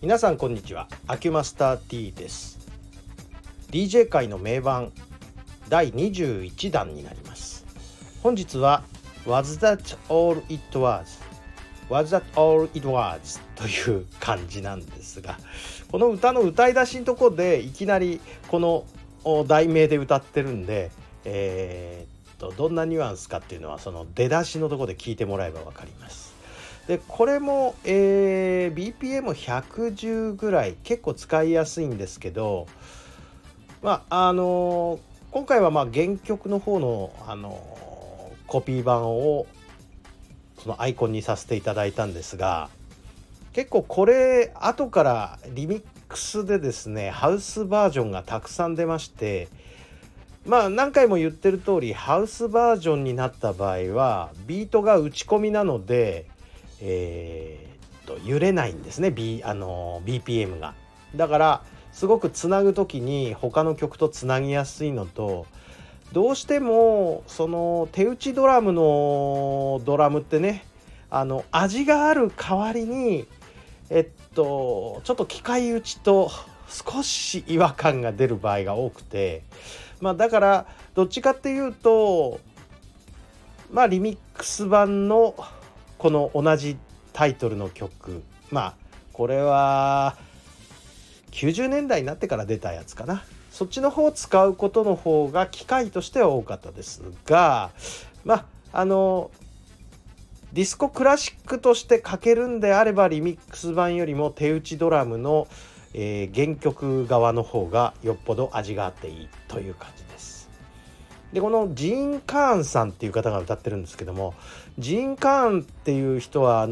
皆さんこんにちは。アキュマスター T です。 DJ 界の名盤第21弾になります。本日は Was That All It Was?Was That All It Was? という感じなんですが、この歌の歌い出しのところでいきなりこの題名で歌ってるんで、どんなニュアンスかっていうのはその出だしのところで聞いてもらえば分かります。でこれも、BPM110 ぐらい結構使いやすいんですけど、今回は原曲の方の、コピー版をそのアイコンにさせていただいたんですが、結構これ後からリミックスでですねハウスバージョンがたくさん出まして、何回も言ってる通りハウスバージョンになった場合はビートが打ち込みなので、揺れないんですね、BPM が。だからすごくつなぐ時に他の曲とつなぎやすいのと、どうしてもその手打ちドラムのドラムってね、味がある代わりにちょっと機械打ちと少し違和感が出る場合が多くて、だからどっちかっていうとリミックス版のこの同じタイトルの曲、これは90年代になってから出たやつかな、そっちの方を使うことの方が機会としては多かったですが、ディスコクラシックとして書けるんであればリミックス版よりも手打ちドラムの、原曲側の方がよっぽど味があっていいという感じです。でこのジーン・カーンさんっていう方が歌ってるんですけども、ジーン・カーンっていう人は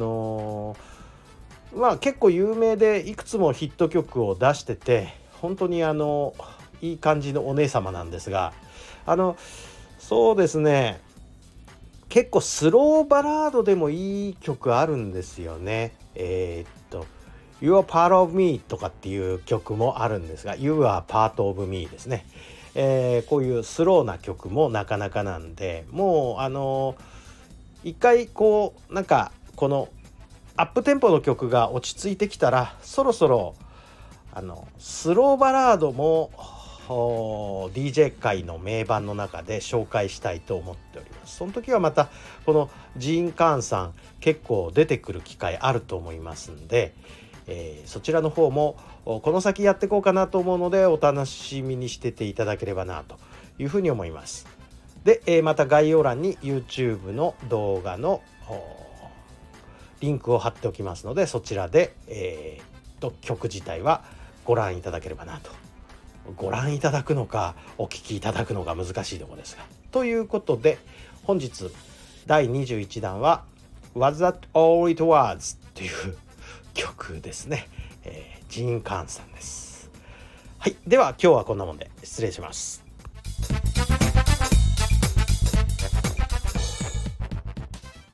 結構有名でいくつもヒット曲を出してて、本当にいい感じのお姉様なんですが、そうですね、結構スローバラードでもいい曲あるんですよね。You are part of me とかっていう曲もあるんですが、 You are part of me ですね。こういうスローな曲もなかなかなんで、もう一回このアップテンポの曲が落ち着いてきたら、そろそろスローバラードもDJ 界の名盤の中で紹介したいと思っております。その時はまたこのジーン・カーンさん結構出てくる機会あると思いますんで、そちらの方もこの先やっていこうかなと思うので、お楽しみにしてていただければなというふうに思います。で、また概要欄に YouTube の動画のリンクを貼っておきますので、そちらで、曲自体はご覧いただければなと。ご覧いただくのかお聞きいただくのか難しいところですが、ということで本日第21弾は Was That All It Was という曲ですね。ジーン・カーンさんです。はい、では今日はこんなもんで失礼します。